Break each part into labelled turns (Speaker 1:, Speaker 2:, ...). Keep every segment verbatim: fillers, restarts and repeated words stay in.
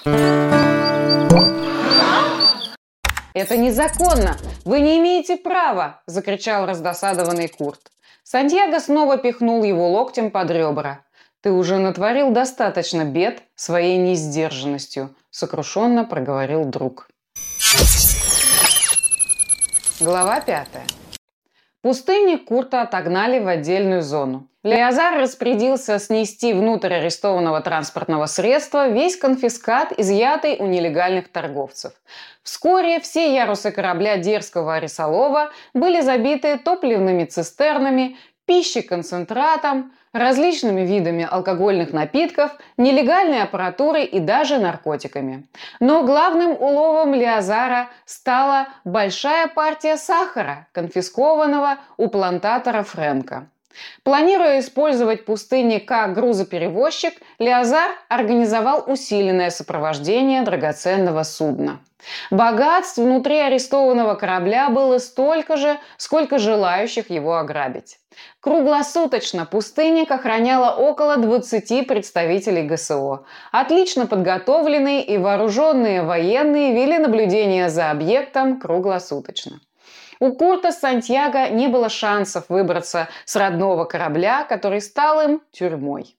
Speaker 1: «Это незаконно! Вы не имеете права!» – закричал раздосадованный Курт. Сантьяго снова пихнул его локтем под ребра. «Ты уже натворил достаточно бед своей несдержанностью», – сокрушенно проговорил друг. Глава пятая. Пустынник Курта отогнали в отдельную зону. Леозар распорядился снести внутрь арестованного транспортного средства весь конфискат, изъятый у нелегальных торговцев. Вскоре все ярусы корабля дерзкого Арисолова были забиты топливными цистернами, пищеконцентратом, различными видами алкогольных напитков, нелегальной аппаратурой и даже наркотиками. Но главным уловом Леозара стала большая партия сахара, конфискованного у плантатора Фрэнка. Планируя использовать пустынник как грузоперевозчик, Леозар организовал усиленное сопровождение драгоценного судна. Богатств внутри арестованного корабля было столько же, сколько желающих его ограбить. Круглосуточно пустынник охраняла около двадцати представителей ГСО. Отлично подготовленные и вооруженные военные вели наблюдение за объектом круглосуточно. У Курта с Сантьяго не было шансов выбраться с родного корабля, который стал им тюрьмой.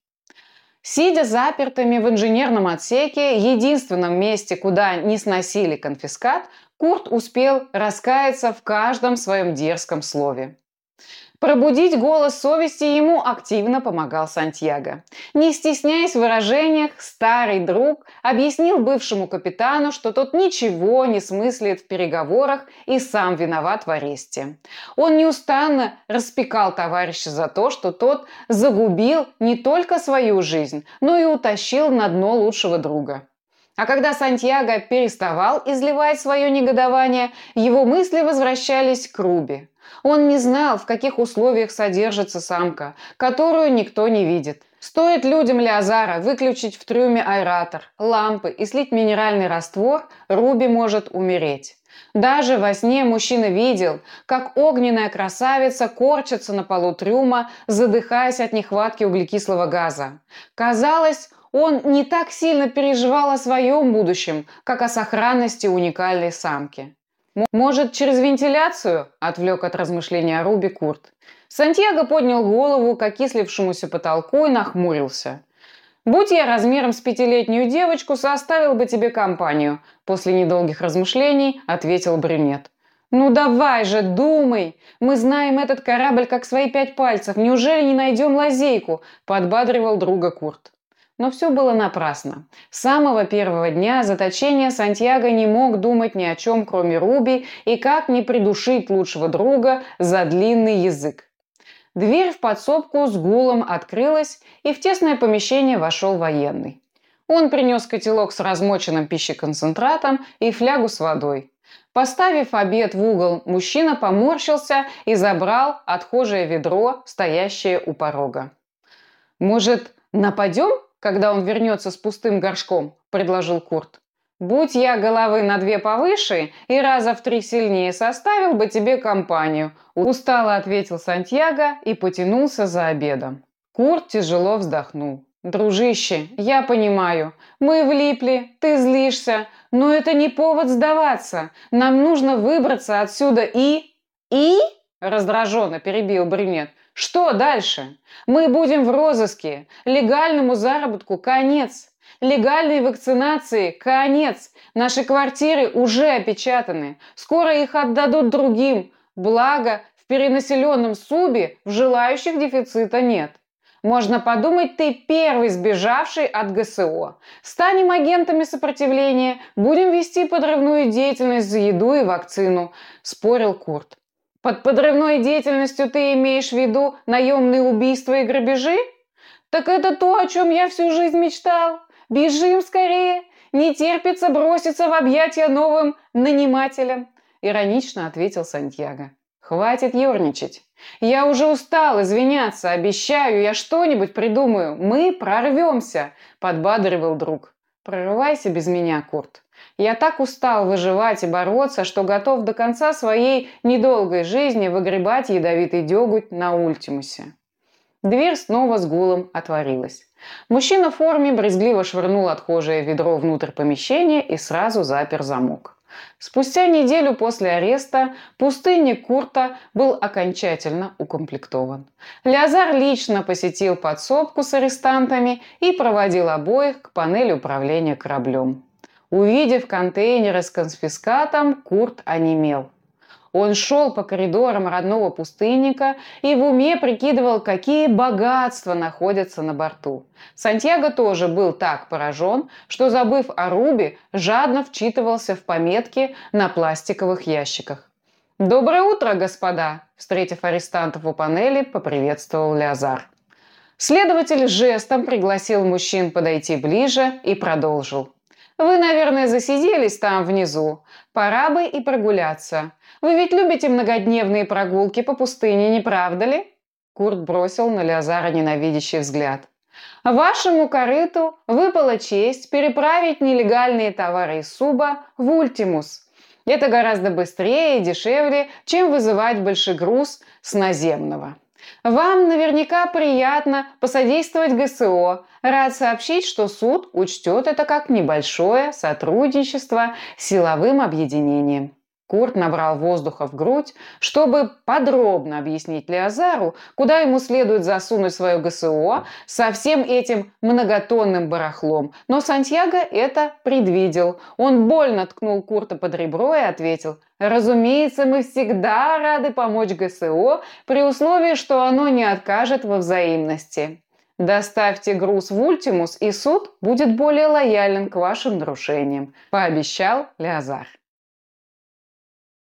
Speaker 1: Сидя запертыми в инженерном отсеке, единственном месте, куда не сносили конфискат, Курт успел раскаяться в каждом своем дерзком слове. Пробудить голос совести ему активно помогал Сантьяго. Не стесняясь в выражениях, старый друг объяснил бывшему капитану, что тот ничего не смыслит в переговорах и сам виноват в аресте. Он неустанно распекал товарища за то, что тот загубил не только свою жизнь, но и утащил на дно лучшего друга. А когда Сантьяго переставал изливать свое негодование, его мысли возвращались к Руби. Он не знал, в каких условиях содержится самка, которую никто не видит. Стоит людям Леозара выключить в трюме аэратор, лампы и слить минеральный раствор, Руби может умереть. Даже во сне мужчина видел, как огненная красавица корчится на полу трюма, задыхаясь от нехватки углекислого газа. Казалось, он не так сильно переживал о своем будущем, как о сохранности уникальной самки. «Может, через вентиляцию?» – отвлек от размышления о Руби Курт. Сантьяго поднял голову к окислившемуся потолку и нахмурился. «Будь я размером с пятилетнюю девочку, составил бы тебе компанию», – после недолгих размышлений ответил брюнет. «Ну давай же, думай! Мы знаем этот корабль как свои пять пальцев. Неужели не найдем лазейку?» – подбадривал друга Курт. Но все было напрасно. С самого первого дня заточения Сантьяго не мог думать ни о чем, кроме Руби, и как не придушить лучшего друга за длинный язык. Дверь в подсобку с гулом открылась, и в тесное помещение вошел военный. Он принес котелок с размоченным пищеконцентратом и флягу с водой. Поставив обед в угол, мужчина поморщился и забрал отхожее ведро, стоящее у порога. «Может, нападем, когда он вернется с пустым горшком?» – предложил Курт. «Будь я головы на две повыше и раза в три сильнее, составил бы тебе компанию», – устало ответил Сантьяго и потянулся за обедом. Курт тяжело вздохнул. «Дружище, я понимаю, мы влипли, ты злишься, но это не повод сдаваться. Нам нужно выбраться отсюда и...» «И?» – раздраженно перебил брюнет. «Что дальше? Мы будем в розыске. Легальному заработку конец. Легальной вакцинации конец. Наши квартиры уже опечатаны. Скоро их отдадут другим. Благо, в перенаселенном Субе в желающих дефицита нет. Можно подумать, ты первый сбежавший от ГСО. Станем агентами сопротивления, будем вести подрывную деятельность за еду и вакцину», – спорил Курт. «Под подрывной деятельностью ты имеешь в виду наемные убийства и грабежи? Так это то, о чем я всю жизнь мечтал. Бежим скорее, не терпится броситься в объятия новым нанимателям», – иронично ответил Сантьяго. «Хватит ерничать. Я уже устал извиняться, обещаю, я что-нибудь придумаю. Мы прорвемся», – подбадривал друг. «Прорывайся без меня, Курт. Я так устал выживать и бороться, что готов до конца своей недолгой жизни выгребать ядовитый деготь на Ультимусе». Дверь снова с гулом отворилась. Мужчина в форме брезгливо швырнул отхожее ведро внутрь помещения и сразу запер замок. Спустя неделю после ареста пустынник Курта был окончательно укомплектован. Леозар лично посетил подсобку с арестантами и проводил обоих к панели управления кораблем. Увидев контейнеры с конфискатом, Курт онемел. Он шел по коридорам родного пустынника и в уме прикидывал, какие богатства находятся на борту. Сантьяго тоже был так поражен, что, забыв о Рубе, жадно вчитывался в пометки на пластиковых ящиках. «Доброе утро, господа!» – встретив арестантов у панели, поприветствовал Леозар. Следователь жестом пригласил мужчин подойти ближе и продолжил. «Вы, наверное, засиделись там внизу. Пора бы и прогуляться. Вы ведь любите многодневные прогулки по пустыне, не правда ли?» Курт бросил на Леозара ненавидящий взгляд. «Вашему корыту выпала честь переправить нелегальные товары из Суба в Ультимус. Это гораздо быстрее и дешевле, чем вызывать большегруз с наземного. Вам наверняка приятно посодействовать ГСО. Рад сообщить, что суд учтет это как небольшое сотрудничество с силовым объединением». Курт набрал воздуха в грудь, чтобы подробно объяснить Леозару, куда ему следует засунуть свое ГСО со всем этим многотонным барахлом. Но Сантьяго это предвидел. Он больно ткнул Курта под ребро и ответил: «Разумеется, мы всегда рады помочь ГСО при условии, что оно не откажет во взаимности. Доставьте груз в Ультимус, и суд будет более лоялен к вашим нарушениям», – пообещал Леозар.